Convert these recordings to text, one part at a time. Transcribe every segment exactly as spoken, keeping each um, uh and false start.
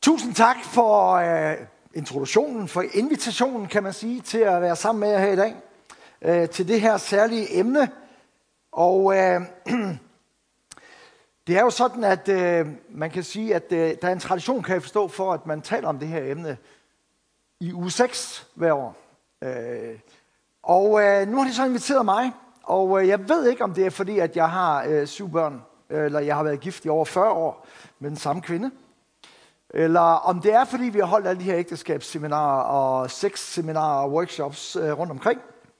Tusind tak for øh, introduktionen, for invitationen, kan man sige, til at være sammen med jer her i dag, øh, til det her særlige emne. Og øh, det er jo sådan, at øh, man kan sige, at øh, der er en tradition, kan jeg forstå, for at man taler om det her emne i uge seks hver år. Øh, og øh, nu har de så inviteret mig, og øh, jeg ved ikke, om det er fordi, at jeg har øh, syv børn, eller jeg har været gift i over fyrre år med den samme kvinde. Eller om det er, fordi vi har holdt alle de her ægteskabsseminarer og sexseminarer og workshops øh, rundt omkring.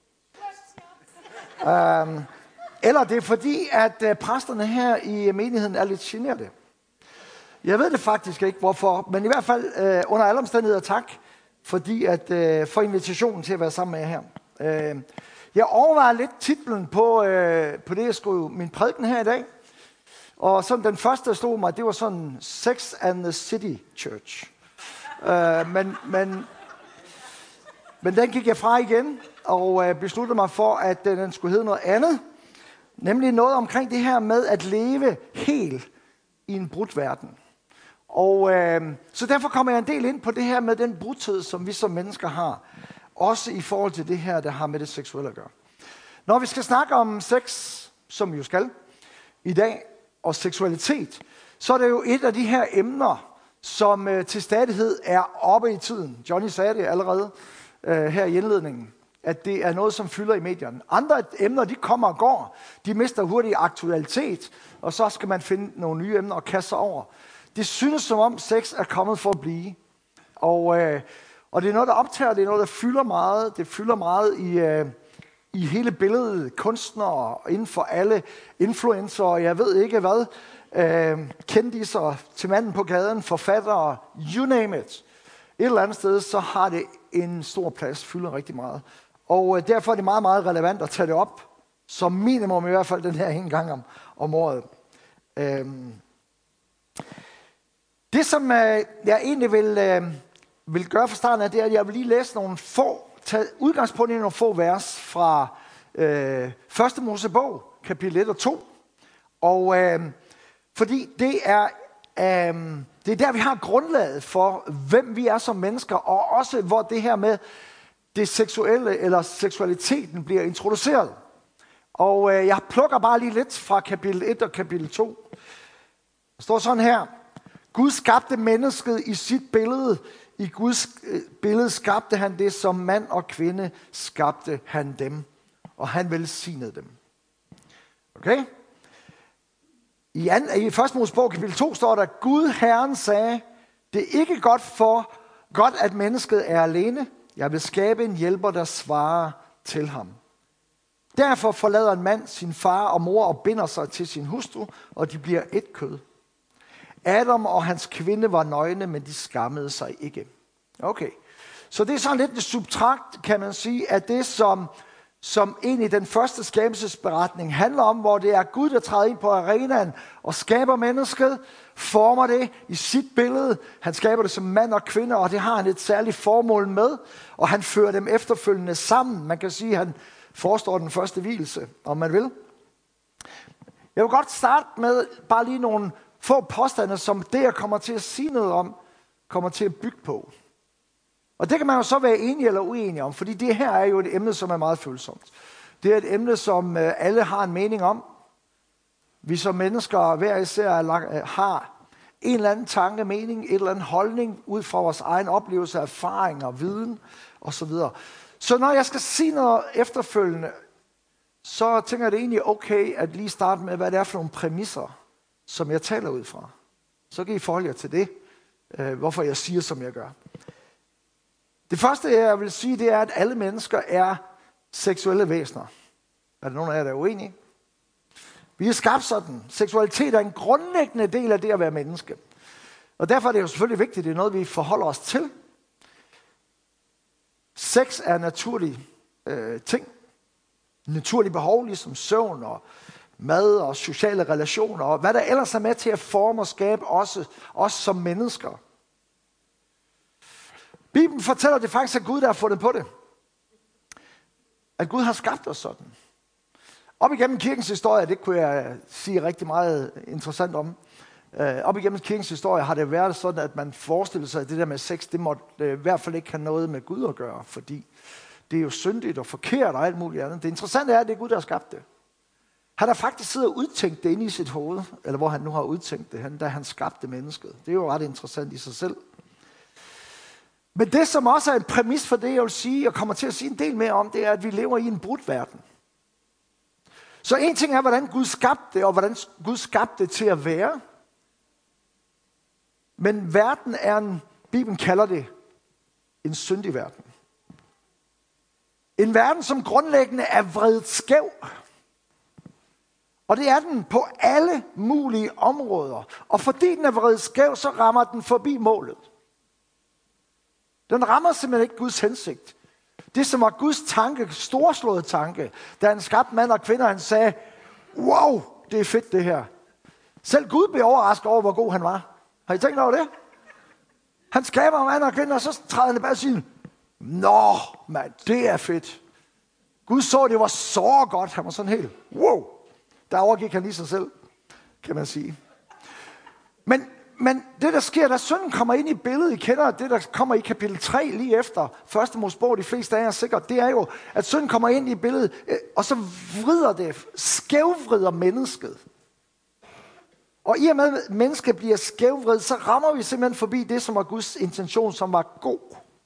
um, eller det er fordi, at øh, præsterne her i menigheden er lidt generte. Jeg ved det faktisk ikke, hvorfor. Men i hvert fald øh, under alle omstændigheder tak, fordi at, øh, for invitationen til at være sammen med jer her. Øh, jeg overvejer lidt titlen på, øh, på det, jeg skrev min prædiken her i dag. Og sådan den første, der stod mig, det var sådan Sex and the City Church. uh, men, men, men den gik jeg fra igen, og uh, besluttede mig for, at uh, den skulle hedde noget andet. Nemlig noget omkring det her med at leve helt i en brudt verden. Og uh, så derfor kommer jeg en del ind på det her med den brudthed, som vi som mennesker har. Også i forhold til det her, der har med det seksuelle at gøre. Når vi skal snakke om sex, som vi jo skal i dag, og seksualitet, så er det jo et af de her emner, som øh, til stadighed er oppe i tiden. Johnny sagde det allerede øh, her i indledningen, at det er noget, som fylder i medierne. Andre emner, de kommer og går. De mister hurtigt aktualitet, og så skal man finde nogle nye emner og kaste sig over. Det synes som om sex er kommet for at blive. Og, øh, og det er noget, der optager, det er noget, der fylder meget. Det fylder meget i... Øh, i hele billedet, kunstnere inden for alle influencer, og jeg ved ikke hvad, øh, kendiser til manden på gaden, forfattere, you name it. Et eller andet sted, så har det en stor plads, fylder rigtig meget. Og øh, derfor er det meget, meget relevant at tage det op, som minimum i hvert fald den her en gang om, om året. Øh, det, som øh, jeg egentlig vil, øh, vil gøre fra starten af, det er, at jeg vil lige læse nogle få tage udgangspunkt i nogle få vers fra øh, første Mosebog, kapitel et og to. Og øh, fordi det er, øh, det er der, vi har grundlaget for, hvem vi er som mennesker, og også hvor det her med det seksuelle eller seksualiteten bliver introduceret. Og øh, jeg plukker bare lige lidt fra kapitel et og kapitel to. Der står sådan her: Gud skabte mennesket i sit billede. I Guds billede skabte han det, som mand og kvinde skabte han dem. Og han velsignede dem. Okay? I, anden, i første Mosebog kapitel to står der: Gud Herren sagde, det er ikke godt for godt, at mennesket er alene. Jeg vil skabe en hjælper, der svarer til ham. Derfor forlader en mand sin far og mor og binder sig til sin hustru, og de bliver et kød. Adam og hans kvinde var nøgne, men de skammede sig ikke. Okay, så det er sådan lidt subtrakt, kan man sige, at det, som, som egentlig den første skabelsesberetning handler om, hvor det er Gud, der træder ind på arenaen og skaber mennesket, former det i sit billede. Han skaber det som mand og kvinde, og det har han et særligt formål med, og han fører dem efterfølgende sammen. Man kan sige, at han forestår den første vielse, om man vil. Jeg vil godt starte med bare lige nogle få påstande, som det, jeg kommer til at sige noget om, kommer til at bygge på. Og det kan man jo så være enig eller uenig om, fordi det her er jo et emne, som er meget følsomt. Det er et emne, som alle har en mening om. Vi som mennesker hver især har en eller anden tanke, mening, et eller andet holdning, ud fra vores egen oplevelse, erfaring og viden osv. Så når jeg skal sige noget efterfølgende, så tænker jeg det egentlig okay at lige starte med, hvad det er for nogle præmisser, som jeg taler ud fra. Så kan I forholde jer til det, øh, hvorfor jeg siger, som jeg gør. Det første, jeg vil sige, det er, at alle mennesker er seksuelle væsener. Er der nogen af jer, der er uenige? Vi er skabt sådan. Seksualitet er en grundlæggende del af det at være menneske. Og derfor er det jo selvfølgelig vigtigt, det er noget, vi forholder os til. Sex er en naturlig øh, ting. Naturlig behov, ligesom søvn og mad og sociale relationer, og hvad der ellers er med til at forme og skabe også, os som mennesker. Bibelen fortæller, at det faktisk er Gud, der har fundet på det. At Gud har skabt os sådan. Op igennem kirkens historie, det kunne jeg sige rigtig meget interessant om. Øh, op igennem kirkens historie har det været sådan, at man forestiller sig, at det der med sex, det måtte øh, i hvert fald ikke have noget med Gud at gøre, fordi det er jo syndigt og forkert og alt muligt andet. Det interessante er, at det er Gud, der har skabt det. Han har faktisk siddet og udtænkt det inde i sit hoved, eller hvor han nu har udtænkt det, da han skabte mennesket. Det er jo ret interessant i sig selv. Men det, som også er en præmis for det, jeg vil sige, og kommer til at sige en del mere om, det er, at vi lever i en brudt verden. Så en ting er, hvordan Gud skabte det, og hvordan Gud skabte det til at være. Men verden er en, Bibelen kalder det, en syndig verden. En verden, som grundlæggende er vredet skæv. Og det er den på alle mulige områder. Og fordi den er vredet skæv, så rammer den forbi målet. Den rammer simpelthen ikke Guds hensigt. Det, som var Guds tanke, storslået tanke, da han skabte mand og kvinder, han sagde, wow, det er fedt det her. Selv Gud blev overrasket over, hvor god han var. Har I tænkt over det? Han skaber mand og kvinder, og så træder han bare og siger, nå, mand, det er fedt. Gud så, det var så godt. Han var sådan helt, wow. Der overgik han i sig selv, kan man sige. Men, men det, der sker, da synden kommer ind i billedet, I kender det, der kommer i kapitel tre lige efter første Mosebog, de fleste af jer sikkert, det er jo, at synden kommer ind i billedet, og så vrider det, skævvrider mennesket. Og i og med, at mennesket bliver skævvridet, så rammer vi simpelthen forbi det, som var Guds intention, som var god.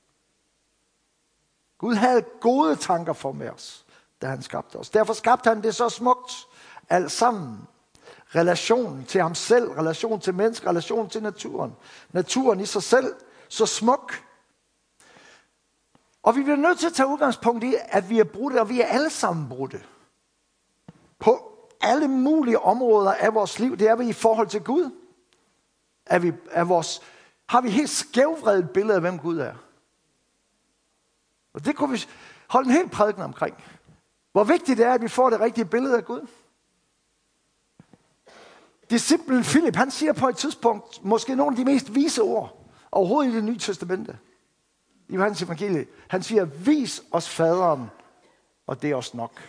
Gud havde gode tanker for med os, da han skabte os. Derfor skabte han det så smukt, alt sammen. Relationen til ham selv, relation til mennesker, relation til naturen. Naturen i sig selv, så smuk. Og vi bliver nødt til at tage udgangspunkt i, at vi er brudte, og vi er alle sammen brudte. På alle mulige områder af vores liv, det er vi i forhold til Gud. Er vi, er vores, har vi helt skævvredet billede af, hvem Gud er. Og det kunne vi holde en helt prædiken omkring. Hvor vigtigt det er, at vi får det rigtige billede af Gud. Disciplen Philip, han siger på et tidspunkt, måske nogle af de mest vise ord, overhovedet i Det Nye Testamente. I Johannes evangelie. Han siger, vis os faderen, og det er os nok.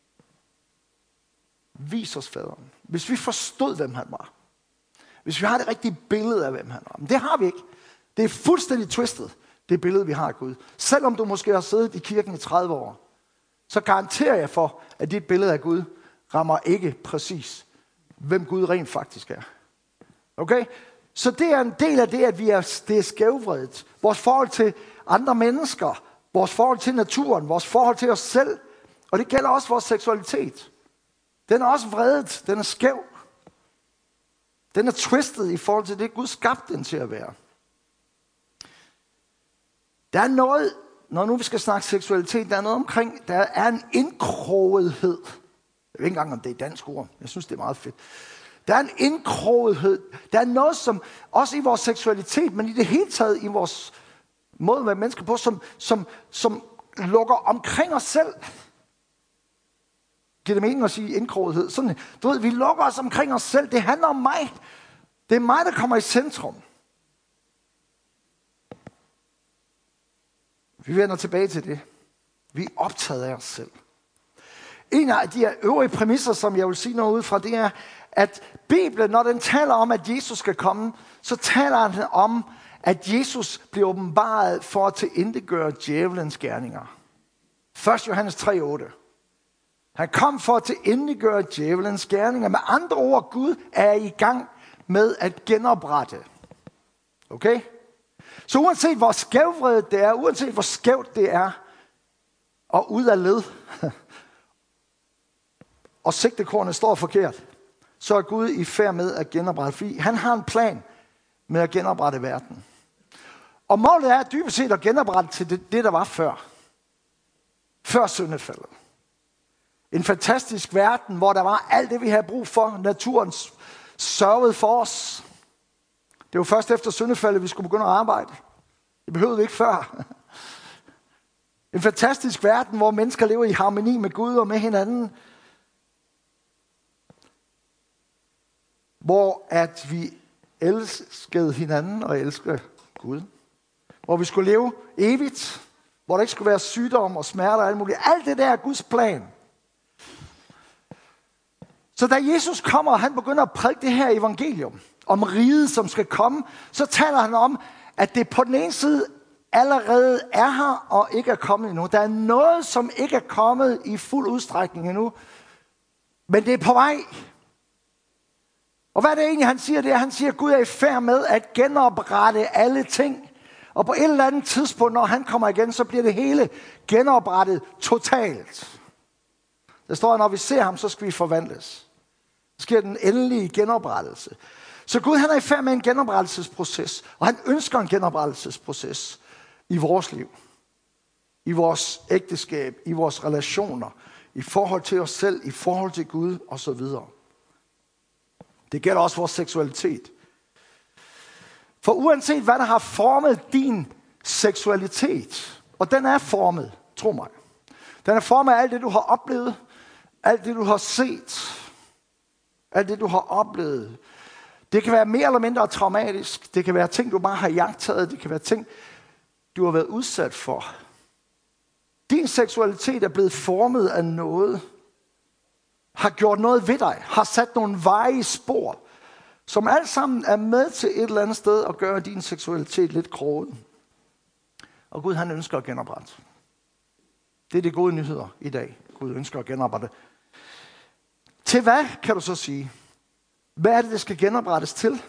Vis os faderen. Hvis vi forstod, hvem han var. Hvis vi har det rigtige billede af, hvem han var. Men det har vi ikke. Det er fuldstændig twistet, det billede, vi har af Gud. Selvom du måske har siddet i kirken i tredive år, så garanterer jeg for, at dit billede af Gud rammer ikke præcis, hvem Gud rent faktisk er. Okay? Så det er en del af det, at vi er, det er skævvredet. Vores forhold til andre mennesker, vores forhold til naturen, vores forhold til os selv, og det gælder også vores seksualitet. Den er også vredet, den er skæv. Den er twistet i forhold til det, Gud skabte den til at være. Der er noget, når nu vi skal snakke seksualitet, der er noget omkring, der er en indkrogethed. Jeg ved ikke engang, om det er et dansk ord. Jeg synes, det er meget fedt. Der er en indkrogethed. Der er noget, som også i vores seksualitet, men i det hele taget i vores måde at være mennesker på, som, som, som lukker omkring os selv. Giver det mening at sige indkrogethed? Sådan, du ved, vi lukker os omkring os selv. Det handler om mig. Det er mig, der kommer i centrum. Vi vender tilbage til det. Vi er optaget af os selv. En af de her øvrige præmisser, som jeg vil sige noget ud fra, det er, at Bibelen, når den taler om, at Jesus skal komme, så taler den om, at Jesus bliver åbenbaret for at tilintetgøre djævelens gerninger. første Johannes tre otte. Han kom for at tilintetgøre djævelens gerninger. Med andre ord, Gud er i gang med at genoprette. Okay? Så uanset hvor skævvredet det er, uanset hvor skævt det er, og ud af led, og sigtekornet står forkert, så er Gud i færd med at genoprette. Fordi han har en plan med at genoprette verden. Og målet er dybest set at genoprette til det, det der var før. Før syndefaldet. En fantastisk verden, hvor der var alt det, vi havde brug for. Naturen sørgede for os. Det var først efter syndefaldet, vi skulle begynde at arbejde. Det behøvede vi ikke før. En fantastisk verden, hvor mennesker lever i harmoni med Gud og med hinanden. Hvor at vi elskede hinanden og elskede Gud. Hvor vi skulle leve evigt. Hvor der ikke skulle være sygdom og smerter og alt muligt. Alt det der er Guds plan. Så da Jesus kommer, og han begynder at prædike det her evangelium, om riget, som skal komme, så taler han om, at det på den ene side allerede er her og ikke er kommet endnu. Der er noget, som ikke er kommet i fuld udstrækning endnu, men det er på vej. Og hvad er det egentlig, han siger? Det er, han siger, at Gud er i færd med at genoprette alle ting. Og på et eller andet tidspunkt, når han kommer igen, så bliver det hele genoprettet totalt. Der står, at når vi ser ham, så skal vi forvandles. Så sker den endelige genoprettelse. Så Gud han er i færd med en genoprettelsesproces, og han ønsker en genoprettelsesproces i vores liv. I vores ægteskab, i vores relationer, i forhold til os selv, i forhold til Gud osv. Det gælder også vores seksualitet. For uanset hvad der har formet din seksualitet, og den er formet, tro mig. Den er formet af alt det, du har oplevet, alt det, du har set, alt det, du har oplevet. Det kan være mere eller mindre traumatisk. Det kan være ting, du bare har iagttaget. Det kan være ting, du har været udsat for. Din seksualitet er blevet formet af noget, har gjort noget ved dig, har sat nogle veje i spor, som alt sammen er med til et eller andet sted at gøre din seksualitet lidt kroget. Og Gud han ønsker at genoprette. Det er de gode nyheder i dag. Gud ønsker at genoprette. Til hvad, kan du så sige? Hvad er det, det skal genoprettes til?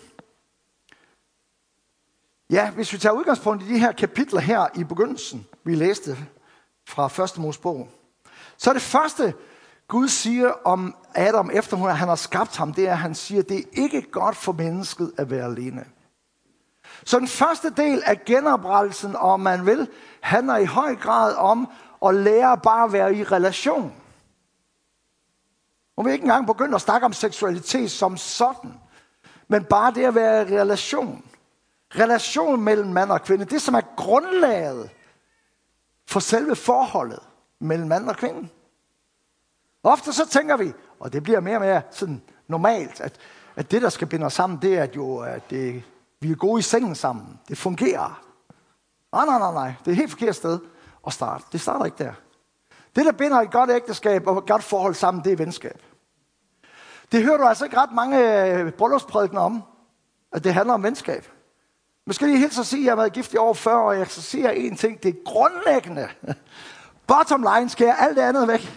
Ja, hvis vi tager udgangspunkt i de her kapitler her i begyndelsen, vi læste fra første Mosebog, så er det første, Gud siger om Adam, efter han har skabt ham, det er, at han siger, at det er ikke godt for mennesket at være alene. Så den første del af genoprettelsen, om man vil, handler i høj grad om at lære bare at være i relation. Og vi er ikke engang begyndt at snakke om seksualitet som sådan, men bare det at være i relation. Relation mellem mand og kvinde, det som er grundlaget for selve forholdet mellem mand og kvinde. Ofte så tænker vi, og det bliver mere og mere sådan normalt, at, at det der skal binde os sammen, det er at jo, at det, vi er gode i sengen sammen. Det fungerer. Nej, nej, nej, nej. Det er et helt forkert sted at starte. Det starter ikke der. Det der binder et godt ægteskab og et godt forhold sammen, det er venskab. Det hører du altså ikke ret mange bryllupsprædikener om, at det handler om venskab. Måske lige helt så sige, at jeg har været gift i over fyrre år, og jeg skal sige jer en ting, det er grundlæggende. Bottom line skærer alt det andet væk.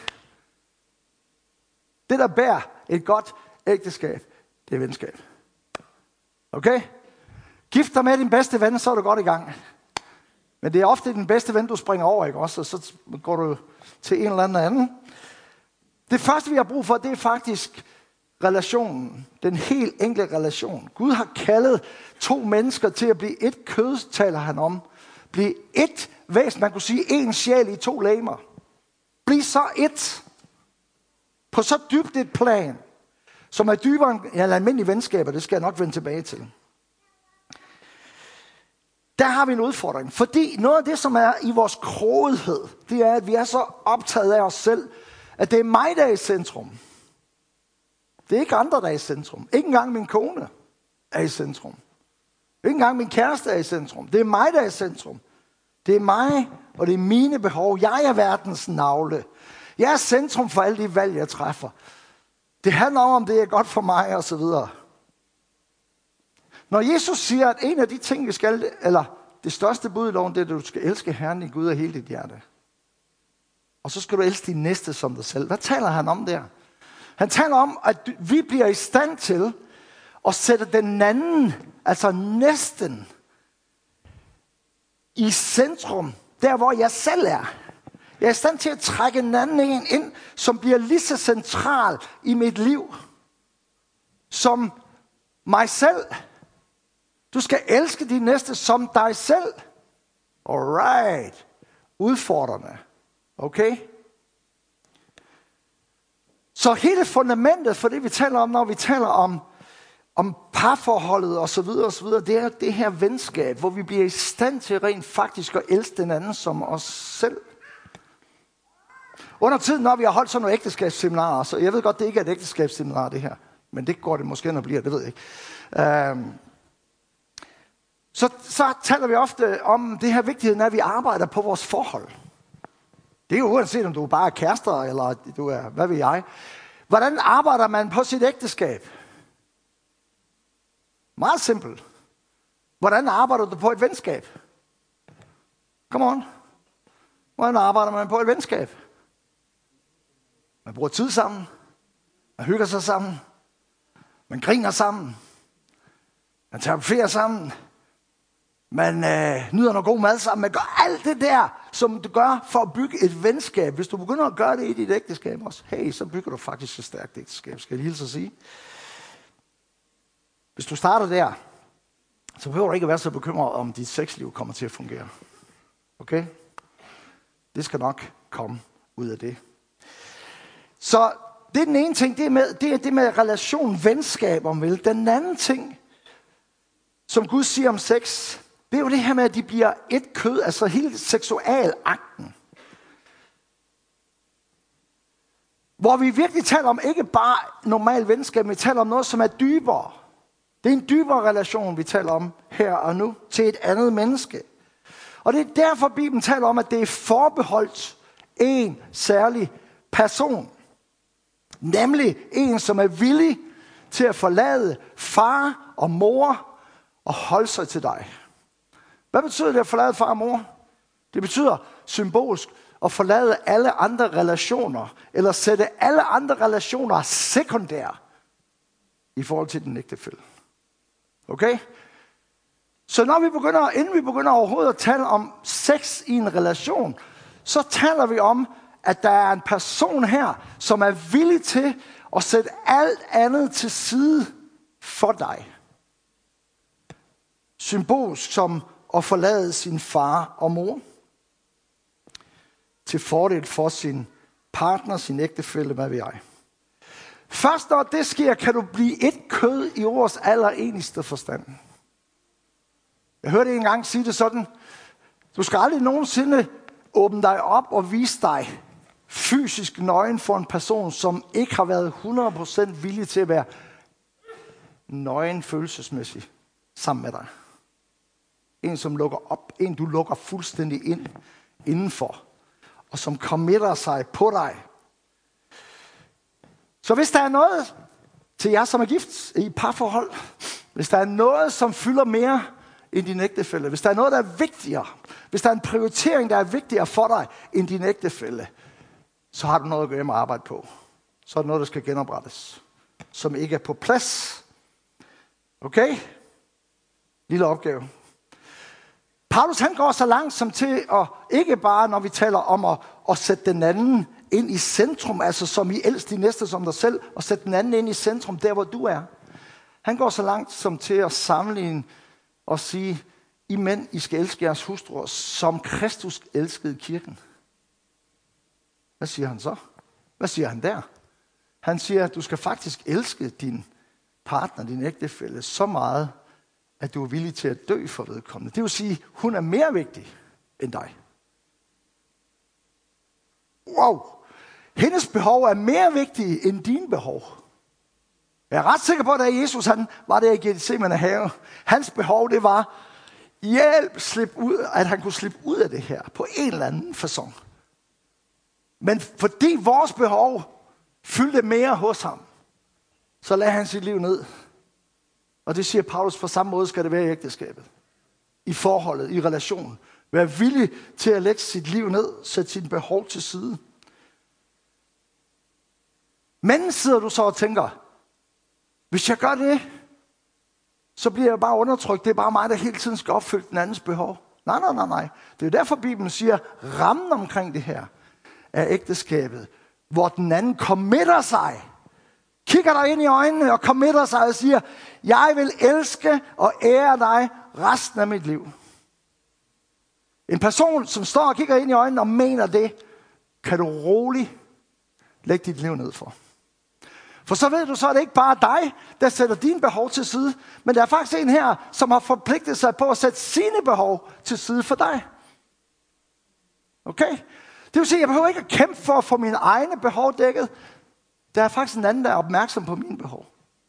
Det, der bærer et godt ægteskab, det er venskab. Okay? Gift dig med din bedste ven, så er du godt i gang. Men det er ofte den bedste ven, du springer over, ikke også? Og så går du til en eller anden anden. Det første, vi har brug for, det er faktisk relationen. Den helt enkle relation. Gud har kaldet to mennesker til at blive et kød, taler han om. Blive et væsen, man kunne sige en sjæl i to legemer. Bliv så et. På så dybt et plan, som er dybere end ja, almindelige venskaber, det skal jeg nok vende tilbage til. Der har vi en udfordring, fordi noget af det, som er i vores krogethed, det er, at vi er så optaget af os selv, at det er mig, der er i centrum. Det er ikke andre, der er i centrum. Ikke engang min kone er i centrum. Ikke engang min kæreste er i centrum. Det er mig, der er i centrum. Det er mig, og det er mine behov. Jeg er verdens navle. Jeg er centrum for alle de valg, jeg træffer. Det handler om, det er godt for mig, og så videre. Når Jesus siger, at en af de ting, vi skal, eller det største bud i loven, det er, at du skal elske Herren i Gud af hele dit hjerte. Og så skal du elske din næste som dig selv. Hvad taler han om der? Han taler om, at vi bliver i stand til at sætte den anden, altså næsten, i centrum, der hvor jeg selv er. Jeg er i stand til at trække en anden en ind, som bliver lige så central i mit liv, som mig selv. Du skal elske din næste som dig selv. Alright. Udfordrende. Okay? Så hele fundamentet for det, vi taler om, når vi taler om, om parforholdet og så videre og så videre, det er det her venskab, hvor vi bliver i stand til rent faktisk at elske den anden som os selv. Under tiden, når vi har holdt sådan nogle ægteskabsseminarer, så jeg ved godt, det ikke er et ægteskabsseminar, det her, men det går det måske når bliver, det ved jeg ikke. Um, så, så taler vi ofte om det her vigtigheden af, at vi arbejder på vores forhold. Det er jo uanset, om du bare er kærester, eller du er, hvad ved jeg. Hvordan arbejder man på sit ægteskab? Meget simpelt. Hvordan arbejder du på et venskab? Come on. Hvordan arbejder man på et venskab? Man bruger tid sammen. Man hygger sig sammen. Man griner sammen. Man tager på ferie sammen. Man øh, nyder noget god mad sammen. Man gør alt det der, som du gør for at bygge et venskab. Hvis du begynder at gøre det i dit ægteskab også, hey, så bygger du faktisk et stærkt ægteskab, skal jeg hilse at sige. Hvis du starter der, så behøver du ikke at være så bekymret, om dit sexliv kommer til at fungere. Okay? Det skal nok komme ud af det. Så det er den ene ting, det er, med, det er det med relation, venskab om vel. Den anden ting, som Gud siger om sex, det er jo det her med, at de bliver et kød, altså hele seksualakten. Hvor vi virkelig taler om ikke bare normal venskab, men vi taler om noget, som er dybere. Det er en dybere relation, vi taler om her og nu, til et andet menneske. Og det er derfor, Bibelen taler om, at det er forbeholdt en særlig person. Nemlig en, som er villig til at forlade far og mor og holde sig til dig. Hvad betyder det at forlade far og mor? Det betyder symbolsk at forlade alle andre relationer, eller sætte alle andre relationer sekundære i forhold til den ægtefælle. Okay? Så når vi begynder, inden vi begynder overhovedet at tale om sex i en relation, så taler vi om, at der er en person her, som er villig til at sætte alt andet til side for dig. Symbolsk som at forlade sin far og mor til fordel for sin partner, sin ægtefælle, hvad ved jeg. Først når det sker, kan du blive et kød i ordets allerenigste forstand. Jeg hørte en gang sige det sådan: du skal aldrig nogensinde åbne dig op og vise dig fysisk nøgen for en person, som ikke har været hundrede procent villig til at være nøgen følelsesmæssigt sammen med dig. En, som lukker op, en du lukker fuldstændig ind indenfor, og som committer sig på dig. Så hvis der er noget til jer, som er gift i parforhold, hvis der er noget, som fylder mere end din ægtefælle, hvis der er noget, der er vigtigere, hvis der er en prioritering, der er vigtigere for dig end din ægtefælle, så har du noget at gå hjem og arbejde på. Så er det noget, der skal genoprettes, som ikke er på plads. Okay? Lille opgave. Paulus han går så langt som til at, ikke bare når vi taler om at, at sætte den anden ind i centrum, altså som I elsker de næste som dig selv, og sætte den anden ind i centrum, der hvor du er. Han går så langt som til at sammenligne og sige, I mænd, I skal elske jeres hustruer, som Kristus elskede kirken. Hvad siger han så? Hvad siger han der? Han siger, at du skal faktisk elske din partner, din ægtefælle, så meget, at du er villig til at dø for vedkommende. Det vil sige, hun er mere vigtig end dig. Wow! Hendes behov er mere vigtige end dine behov. Jeg er ret sikker på, at da Jesus han var der i Getsemane have, hans behov det var hjælp, slip ud, at han kunne slippe ud af det her på en eller anden facon. Men fordi vores behov fyldte mere hos ham, så lagde han sit liv ned. Og det siger Paulus, på samme måde skal det være i ægteskabet. I forholdet, i relationen. Vær villig til at lægge sit liv ned, sætte sit behov til side. Men sidder du så og tænker, hvis jeg gør det, så bliver jeg bare undertrykt. Det er bare mig, der hele tiden skal opfylde den andens behov. Nej, nej, nej, nej. Det er derfor Bibelen siger, rammen omkring det her er ægteskabet, hvor den anden committer sig. Kigger dig ind i øjnene og committer sig og siger, jeg vil elske og ære dig resten af mit liv. En person, som står og kigger ind i øjnene og mener det, kan du roligt lægge dit liv ned for. For så ved du, så er det ikke bare dig, der sætter dine behov til side, men der er faktisk en her, som har forpligtet sig på at sætte sine behov til side for dig. Okay? Det vil sige, at jeg behøver ikke at kæmpe for at få mine egne behov dækket. Der er faktisk en anden, der er opmærksom på mine behov.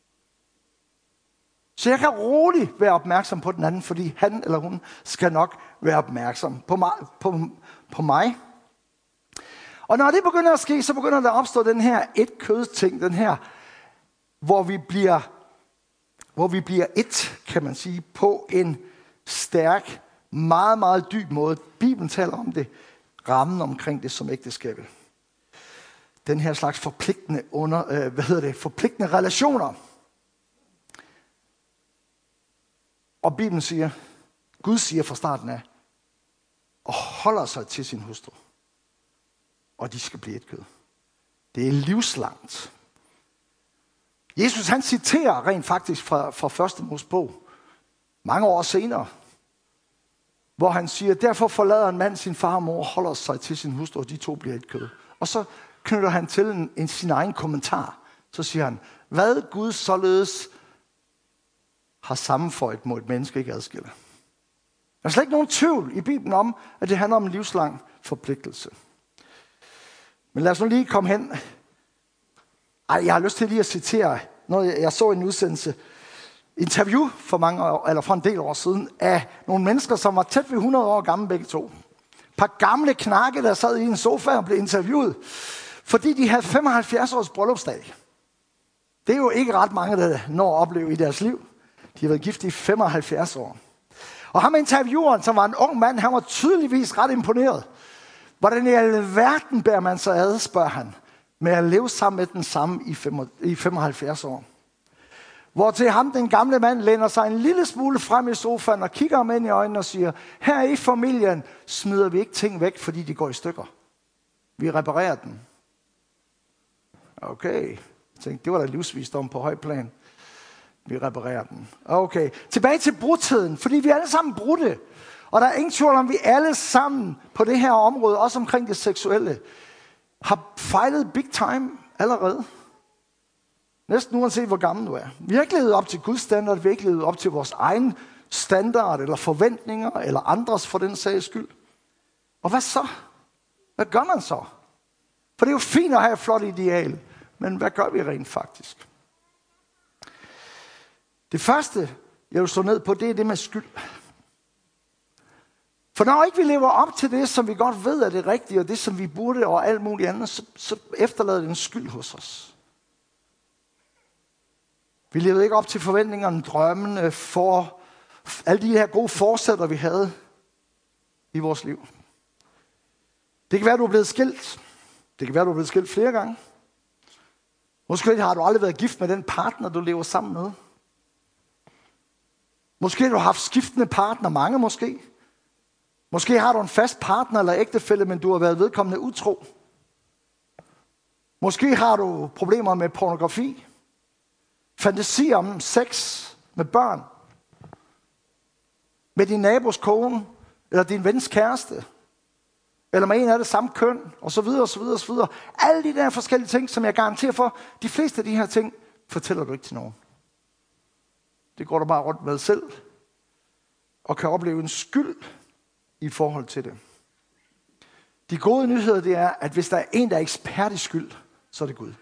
Så jeg kan roligt være opmærksom på den anden, fordi han eller hun skal nok være opmærksom på mig. På, på mig. Og når det begynder at ske, så begynder der at opstå den her et kød ting, den her, hvor vi bliver hvor vi bliver et, kan man sige, på en stærk, meget, meget dyb måde. Bibelen taler om det, rammen omkring det som ægteskabet. Den her slags forpligtende, under, øh, hvad hedder det, forpligtende relationer. Og Bibelen siger, Gud siger fra starten af, og holder sig til sin hustru. Og de skal blive et kød. Det er livslangt. Jesus han citerer rent faktisk fra, fra første Mosebog, mange år senere, hvor han siger, derfor forlader en mand sin far og mor, holder sig til sin hustru, og de to bliver et kød. Og så knytter han til en, en sin egen kommentar. Så siger han, hvad Gud således har sammenføjet, må et menneske ikke adskille. Der er slet ikke nogen tvivl i Bibelen om, at det handler om en livslang forpligtelse. Men lad os nu lige komme hen. Ej, jeg har lyst til lige at citere noget, jeg så i en udsendelse. Interview for, mange år, eller for en del år siden af nogle mennesker, som var tæt ved hundrede år gamle begge to. Et par gamle knakke, der sad i en sofa og blev interviewet, fordi de havde femoghalvfjerds års bryllupsdag. Det er jo ikke ret mange, der når at opleve i deres liv. De har været gift i femoghalvfjerds år. Og ham intervieweren, som var en ung mand, han var tydeligvis ret imponeret. Hvordan i alverden bærer man sig ad, spørger han, med at leve sammen med den samme i femoghalvfjerds år. Hvor til ham, den gamle mand, læner sig en lille smule frem i sofaen og kigger ham ind i øjnene og siger, her i familien smider vi ikke ting væk, fordi de går i stykker. Vi reparerer den. Okay, jeg tænkte, det var da livsvisdom på høj plan. Vi reparerer den. Okay, tilbage til brudtiden, fordi vi er alle sammen brudte. Og der er ingen tvivl om, vi alle sammen på det her område, også omkring det seksuelle, har fejlet big time allerede. Næsten uanset hvor gammel du er. Vi har ikke levet op til Guds standard, vi har ikke levet op til vores egen standard, eller forventninger, eller andres for den sags skyld. Og hvad så? Hvad gør man så? For det er jo fint at have et flot ideal, men hvad gør vi rent faktisk? Det første, jeg vil slå ned på, det er det med skyld. For når ikke vi lever op til det, som vi godt ved er det rigtige, og det, som vi burde, og alt muligt andet, så, så efterlader det en skyld hos os. Vi levede ikke op til forventningerne, drømmene, for alle de her gode forsætter, vi havde i vores liv. Det kan være, du er blevet skilt. Det kan være, du er blevet skilt flere gange. Måske har du aldrig været gift med den partner, du lever sammen med. Måske har du haft skiftende partner, mange måske. Måske har du en fast partner eller ægtefælle, men du har været vedkommende utro. Måske har du problemer med pornografi. Fantasi om sex med børn. Med din nabos kone, eller din vens kæreste. Eller med en af det samme køn, og så videre, og så videre, og så videre. Alle de der forskellige ting, som jeg garanterer for, de fleste af de her ting, fortæller du ikke til nogen. Det går du bare rundt med selv, og kan opleve en skyld i forhold til det. De gode nyheder, det er, at hvis der er en, der er ekspert i skyld, så er det Gud.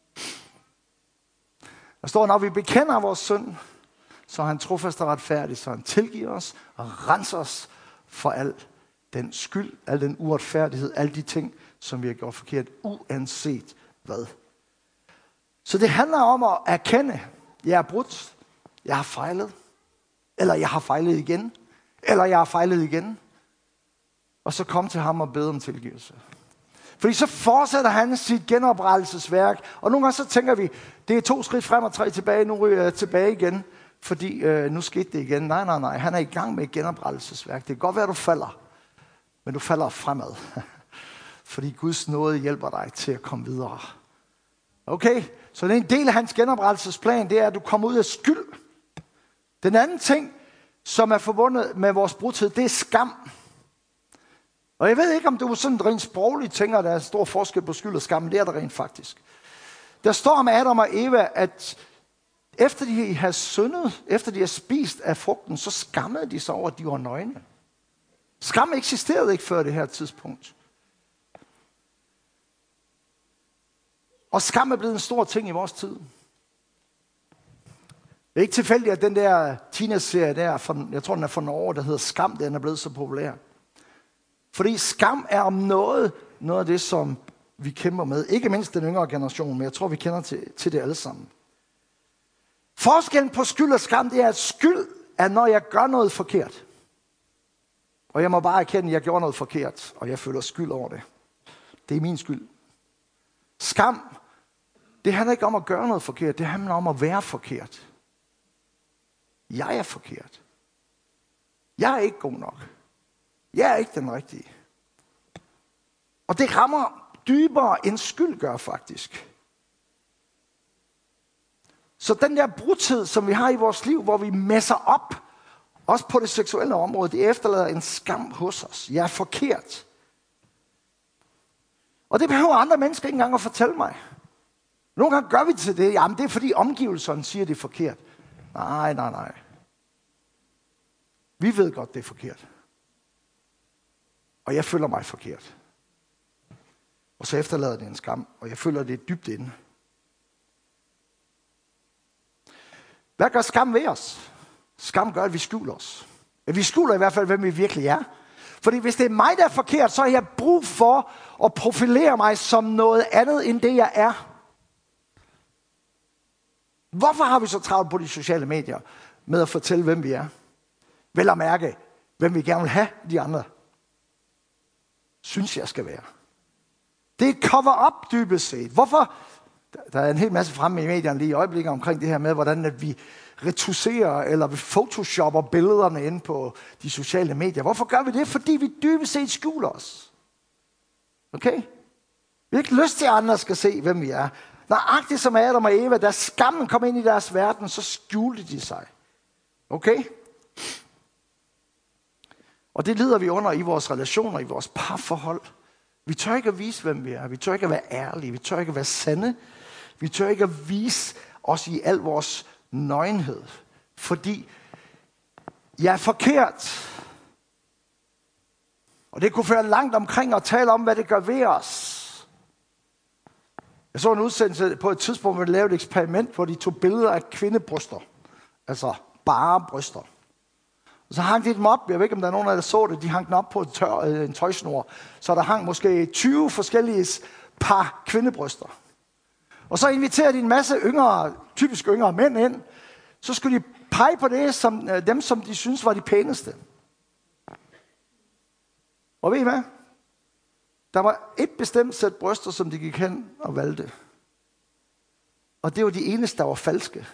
Der står, når vi bekender vores synd, så er han trofast og retfærdig, så han tilgiver os og renser os for al den skyld, al den uretfærdighed, alle de ting, som vi har gjort forkert, uanset hvad. Så det handler om at erkende, jeg er brudt, jeg har fejlet, eller jeg har fejlet igen, eller jeg har fejlet igen, og så kom til ham og bede om tilgivelse. Fordi så fortsætter han sit genoprettelsesværk, og nogle gange så tænker vi, det er to skridt frem og tre tilbage, nu ryger jeg tilbage igen, fordi øh, nu skete det igen. Nej, nej, nej, han er i gang med et genoprettelsesværk. Det kan godt være, at du falder, men du falder fremad. Fordi Guds nåde hjælper dig til at komme videre. Okay, så det er en del af hans genoprettelsesplan, det er, at du kommer ud af skyld. Den anden ting, som er forbundet med vores brudtid, det er skam. Og jeg ved ikke, om du sådan rent sprogligt tænker, at der er en stor forskel på skyld og skam. Det er der rent faktisk. Der står om Adam og Eva, at efter de havde syndet, efter de havde spist af frugten, så skammede de sig over, at de var nøgne. Skam eksisterede ikke før det her tidspunkt. Og skam er blevet en stor ting i vores tid. Det er ikke tilfældigt, at den der teenage-serie der, fra, jeg tror den er fra Norge, der hedder Skam, den er blevet så populær. Fordi skam er om noget, noget af det, som vi kæmper med. Ikke mindst den yngre generation, men jeg tror, vi kender til, til det alle sammen. Forskellen på skyld og skam, det er, at skyld er, når jeg gør noget forkert. Og jeg må bare erkende, at jeg gjorde noget forkert, og jeg føler skyld over det. Det er min skyld. Skam, det handler ikke om at gøre noget forkert, det handler om at være forkert. Jeg er forkert. Jeg er ikke god nok. Jeg er ikke den rigtige. Og det rammer dybere end skyld gør faktisk. Så den der brudthed, som vi har i vores liv, hvor vi messer op, også på det seksuelle område, det efterlader en skam hos os. Jeg er forkert. Og det behøver andre mennesker ikke engang at fortælle mig. Nogle gange gør vi til det. Jamen det er fordi omgivelserne siger, det er forkert. Nej, nej, nej. Vi ved godt, det er forkert. Og jeg føler mig forkert. Og så efterlader det en skam, og jeg føler det dybt inde. Hvad gør skam ved os? Skam gør, at vi skjuler os. Vi skjuler i hvert fald, hvem vi virkelig er. Fordi hvis det er mig, der er forkert, så har jeg brug for at profilere mig som noget andet, end det jeg er. Hvorfor har vi så travlt på de sociale medier med at fortælle, hvem vi er? Vel at mærke, hvem vi gerne vil have, de andre synes jeg skal være. Det er et cover-up dybest set. Hvorfor? Der er en hel masse fremme i medierne lige i øjeblikket omkring det her med, hvordan at vi retusserer eller vi photoshopper billederne inde på de sociale medier. Hvorfor gør vi det? Fordi vi dybest set skjuler os. Okay? Vi har ikke lyst til, at andre skal se, hvem vi er. Nøjagtigt som Adam og Eva, da skammen kom ind i deres verden, så skjulte de sig. Okay? Og det lider vi under i vores relationer, i vores parforhold. Vi tør ikke at vise, hvem vi er. Vi tør ikke at være ærlige. Vi tør ikke at være sande. Vi tør ikke at vise os i al vores nøgenhed. Fordi jeg er forkert. Og det kunne føre langt omkring at tale om, hvad det gør ved os. Jeg så en udsendelse på et tidspunkt, hvor de lavede et eksperiment, hvor de tog billeder af kvindebryster. Altså bare bryster. Og så hang de dem op. Jeg ved ikke, om der er nogen af jer, der så det. De hang dem op på en, tør, en tøjsnor. Så der hang måske tyve forskellige par kvindebryster. Og så inviterede de en masse yngre, typisk yngre mænd ind. Så skulle de pege på det, som, dem, som de synes var de pæneste. Og ved I hvad? Der var et bestemt sæt bryster, som de gik hen og valgte. Og det var de eneste, der var falske.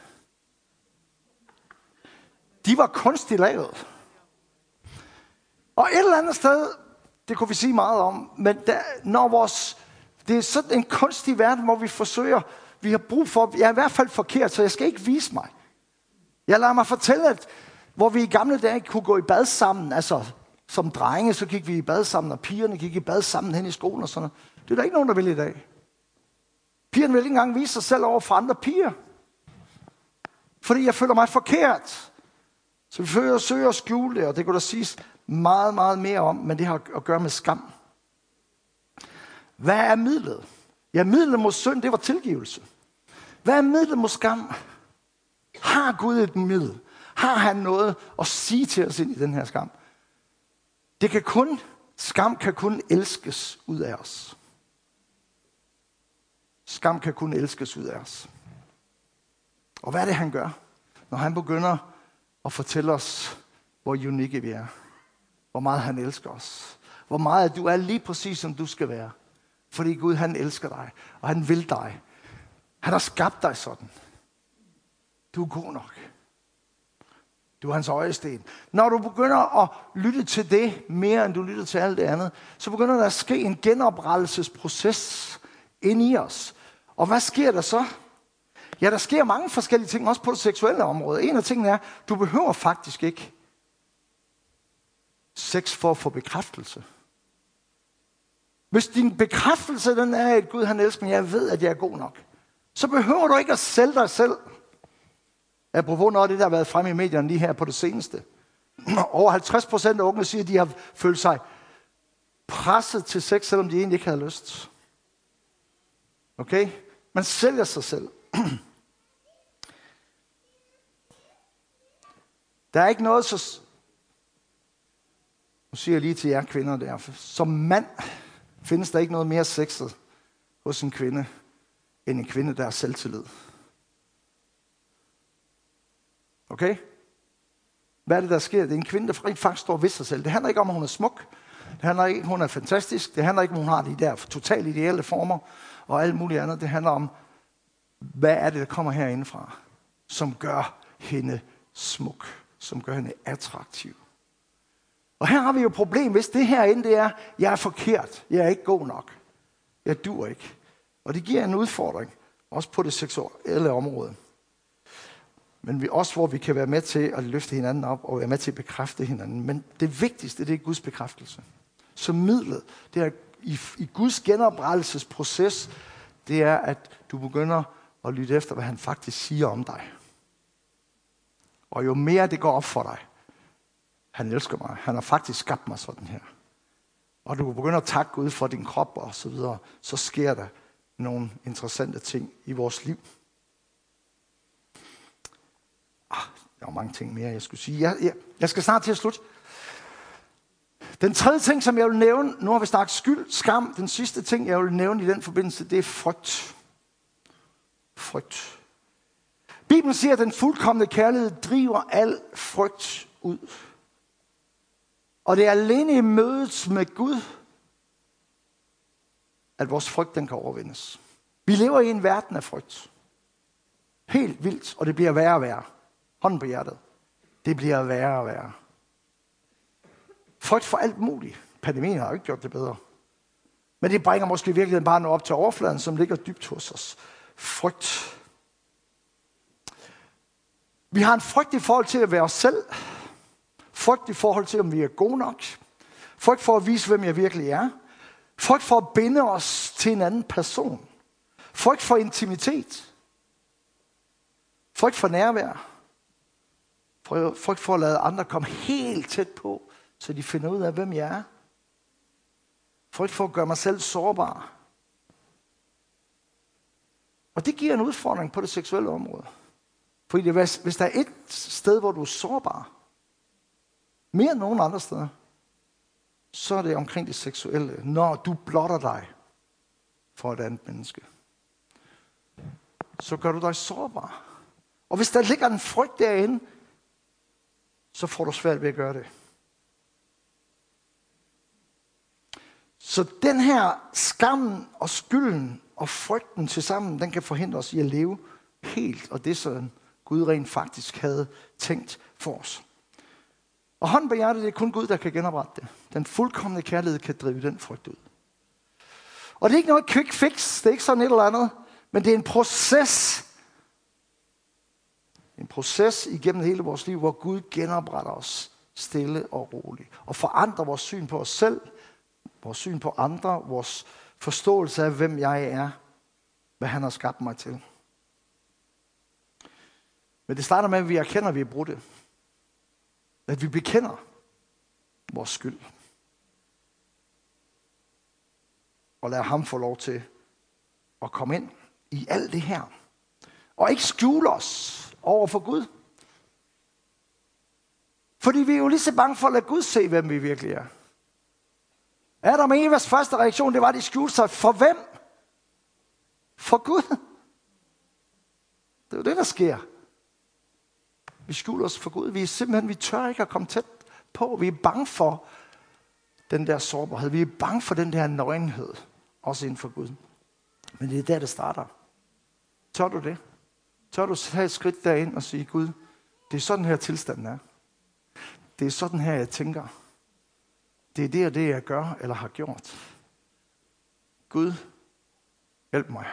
De var kunstigt lavet. Og et eller andet sted, det kunne vi sige meget om, men der, når vores, det er sådan en kunstig verden, hvor vi forsøger, vi har brug for, jeg er i hvert fald forkert, så jeg skal ikke vise mig. Jeg lader mig fortælle, at hvor vi i gamle dage kunne gå i bad sammen, altså som drenge, så gik vi i bad sammen, og pigerne gik i bad sammen hen i skolen og sådan noget. Det er der ikke nogen, der vil i dag. Pigerne vil ikke engang vise sig selv over for andre piger. Fordi jeg føler mig forkert. Så vi forsøger at søge at skjule det, og det kunne der siges meget, meget mere om, men det har at gøre med skam. Hvad er midlet? Ja, midlet mod synd, det var tilgivelse. Hvad er midlet mod skam? Har Gud et middel? Har han noget at sige til os ind i den her skam? Det kan kun, skam kan kun elskes ud af os. Skam kan kun elskes ud af os. Og hvad er det, han gør, når han begynder at fortælle os, hvor unikke vi er? Hvor meget han elsker os. Hvor meget du er lige præcis, som du skal være. Fordi Gud, han elsker dig, og han vil dig. Han har skabt dig sådan. Du er god nok. Du er hans øjesten. Når du begynder at lytte til det, mere end du lytter til alt det andet, så begynder der at ske en genoprettelsesproces ind i os. Og hvad sker der så? Ja, der sker mange forskellige ting, også på det seksuelle område. En af tingene er, du behøver faktisk ikke sex for at få bekræftelse. Hvis din bekræftelse, den er, at Gud, han elsker mig, jeg ved, at jeg er god nok, så behøver du ikke at sælge dig selv. Apropos noget af det, der har været fremme i medierne lige her på det seneste. Over halvtreds procent af unge siger, at de har følt sig presset til sex, selvom de egentlig ikke havde lyst. Okay? Man sælger sig selv. Der er ikke noget så... Nu siger jeg lige til jer kvinder der. Som mand findes der ikke noget mere sexet hos en kvinde, end en kvinde, der er selvtillid. Okay? Hvad er det, der sker? Det er en kvinde, der rent faktisk står ved sig selv. Det handler ikke om, at hun er smuk. Det handler ikke om, at hun er fantastisk. Det handler ikke om, at hun har de der totalt ideelle former og alt muligt andet. Det handler om, hvad er det, der kommer herindefra, som gør hende smuk, som gør hende attraktiv. Og her har vi jo et problem, hvis det herinde det er, jeg er forkert, jeg er ikke god nok, jeg dur ikke. Og det giver en udfordring, også på det seksuelle område. Men vi også, hvor vi kan være med til at løfte hinanden op og være med til at bekræfte hinanden. Men det vigtigste, det er Guds bekræftelse. Så midlet, det er i, i Guds genoprettelsesproces, det er, at du begynder at lytte efter, hvad han faktisk siger om dig. Og jo mere det går op for dig, han elsker mig, han har faktisk skabt mig sådan her. Og du begynder at takke Gud for din krop og så videre, så sker der nogle interessante ting i vores liv. Ah, der er mange ting mere, jeg skulle sige. Jeg, jeg, jeg skal snart til at slutte. Den tredje ting, som jeg vil nævne, nu har vi snakket skyld, skam. Den sidste ting, jeg vil nævne i den forbindelse, det er frygt. Frygt. Bibelen siger, at den fuldkomne kærlighed driver al frygt ud. Og det er alene i mødet med Gud, at vores frygt den kan overvindes. Vi lever i en verden af frygt. Helt vildt, og det bliver værre og værre. Hånden på hjertet. Det bliver værre og værre. Frygt for alt muligt. Pandemien har jo ikke gjort det bedre. Men det bringer måske i virkeligheden bare noget op til overfladen, som ligger dybt hos os. Frygt. Vi har en frygt i forhold til at være os selv. Frygt i forhold til, om vi er gode nok. Frygt for at vise, hvem jeg virkelig er. Frygt for at binde os til en anden person. Frygt for intimitet. Frygt for nærvær. Frygt for at lade andre komme helt tæt på, så de finder ud af, hvem jeg er. Frygt for at gøre mig selv sårbar. Og det giver en udfordring på det seksuelle område. Fordi det, hvis, hvis der er et sted, hvor du er sårbar, mere end nogen andre steder, så er det omkring det seksuelle, når du blotter dig for et andet menneske. Så gør du dig sårbar. Og hvis der ligger en frygt derinde, så får du svært ved at gøre det. Så den her skammen og skylden og frygten til sammen, den kan forhindre os i at leve helt, og det sådan Gud rent faktisk havde tænkt for os. Og hånden på hjertet, det er kun Gud, der kan genoprette det. Den fuldkomne kærlighed kan drive den frygt ud. Og det er ikke noget quick fix, det er ikke sådan et eller andet, men det er en proces. En proces igennem hele vores liv, hvor Gud genopretter os stille og roligt. Og forandrer vores syn på os selv, vores syn på andre, vores forståelse af, hvem jeg er, hvad han har skabt mig til. Men det starter med, at vi erkender, at vi er brudte. At vi bekender vores skyld. Og lader ham få lov til at komme ind i alt det her. Og ikke skjule os over for Gud. Fordi vi er jo lige så bange for at lade Gud se, hvem vi virkelig er. Adam og Evas første reaktion, det var, at de skjulte sig. For hvem? For Gud. Det er jo det, der sker. Vi skjuler os for Gud. Vi er simpelthen, vi tør ikke at komme tæt på. Vi er bange for den der sårbarhed. Vi er bange for den der nøgenhed. Også inden for Gud. Men det er der, det starter. Tør du det? Tør du tage et skridt derind og sige, Gud, det er sådan her tilstanden er. Det er sådan her, jeg tænker. Det er det og det, jeg gør eller har gjort. Gud, hjælp mig.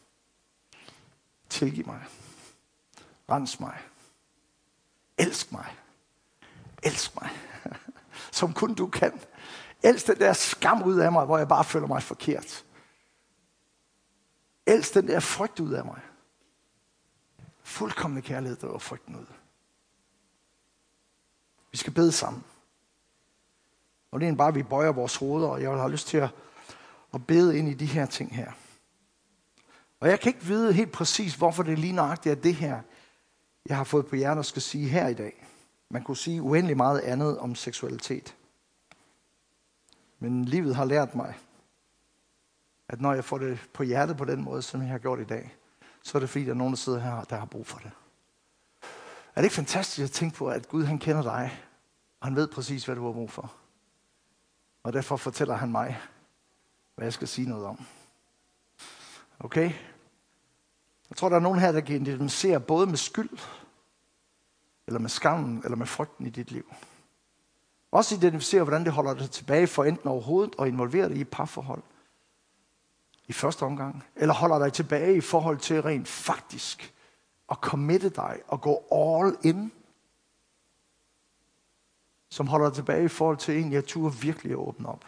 Tilgiv mig. Rens mig. Elsk mig. Elsk mig. Som kun du kan. Elsk den der skam ud af mig, hvor jeg bare føler mig forkert. Elsk den der frygt ud af mig. Fuldkomne kærlighed, der var frygten ud. Vi skal bede sammen. Og det er bare, at vi bøjer vores hoveder, og jeg vil have lyst til at, at bede ind i de her ting her. Og jeg kan ikke vide helt præcis, hvorfor det lige nøjagtigt er det her, jeg har fået på hjertet og skal sige her i dag. Man kunne sige uendelig meget andet om seksualitet. Men livet har lært mig, at når jeg får det på hjertet på den måde, som jeg har gjort i dag, så er det fordi, der er nogen, der sidder her, der har brug for det. Er det ikke fantastisk at tænke på, at Gud han kender dig, og han ved præcis, hvad du har brug for. Og derfor fortæller han mig, hvad jeg skal sige noget om. Okay? Jeg tror, der er nogen her, der kan identificere både med skyld, eller med skammen, eller med frygten i dit liv. Også identificere, hvordan det holder dig tilbage for enten overhovedet og involvere dig i et parforhold i første omgang, eller holder dig tilbage i forhold til rent faktisk at committe dig og gå all in, som holder dig tilbage i forhold til egentlig at turde virkelig at åbne op.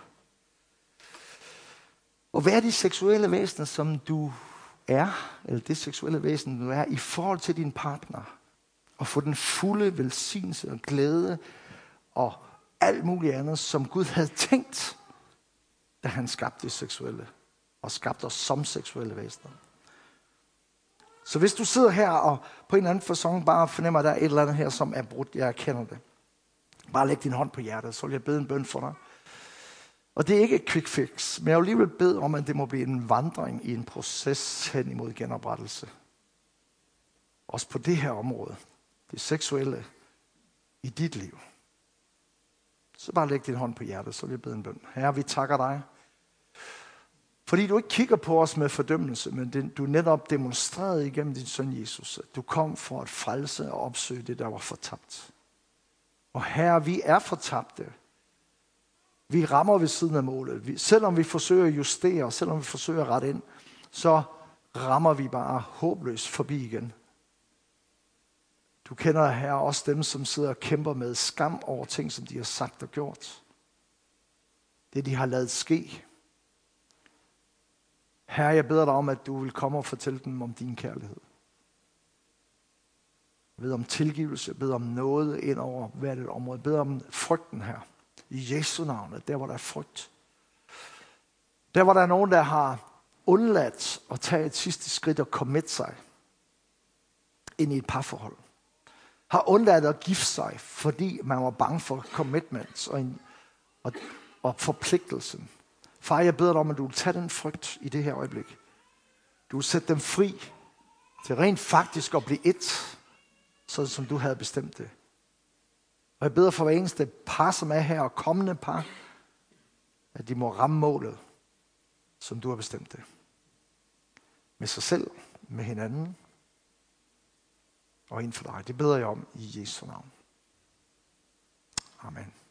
Og hvad er de seksuelle væsener, som du er, eller det seksuelle væsen, du er, i forhold til din partner, og få den fulde velsignelse og glæde, og alt muligt andet, som Gud havde tænkt, da han skabte det seksuelle, og skabte os som seksuelle væsener. Så hvis du sidder her, og på en eller anden facon bare fornemmer, at der er et eller andet her, som er brudt, jeg kender det. Bare læg din hånd på hjertet, så vil jeg bede en bøn for dig. Og det er ikke et quick fix, men jeg vil alligevel bede om, at det må blive en vandring i en proces hen imod genoprettelse. Også på det her område, det seksuelle i dit liv. Så bare læg din hånd på hjertet, så vil jeg bede en bøn. Herre, vi takker dig. Fordi du ikke kigger på os med fordømmelse, men du netop demonstrerede igennem din søn Jesus, at du kom for at frelse og opsøge det, der var fortabt. Og Herre, vi er fortabte. Vi rammer ved siden af målet. Vi, selvom vi forsøger at justere, selvom vi forsøger at rette ind, så rammer vi bare håbløst forbi igen. Du kender, Herre, også dem, som sidder og kæmper med skam over ting, som de har sagt og gjort. Det, de har ladet ske. Herre, jeg beder dig om, at du vil komme og fortælle dem om din kærlighed. Jeg beder om tilgivelse, jeg beder om noget ind over hvert et område. Jeg beder om frygten her. I Jesu navn, at der hvor der er frygt. Der hvor der er nogen, der har undladt at tage et sidste skridt og commit sig ind i et parforhold. Har undladt at gifte sig, fordi man var bange for commitments og, en, og, og forpligtelsen. Far, jeg beder dig om, at du vil tage den frygt i det her øjeblik. Du vil sætte dem fri til rent faktisk at blive et, sådan som du havde bestemt det. Og jeg beder for hver eneste par, som er her, og kommende par, at de må ramme målet, som du har bestemt det. Med sig selv, med hinanden, og inden for dig. Det beder jeg om i Jesu navn. Amen.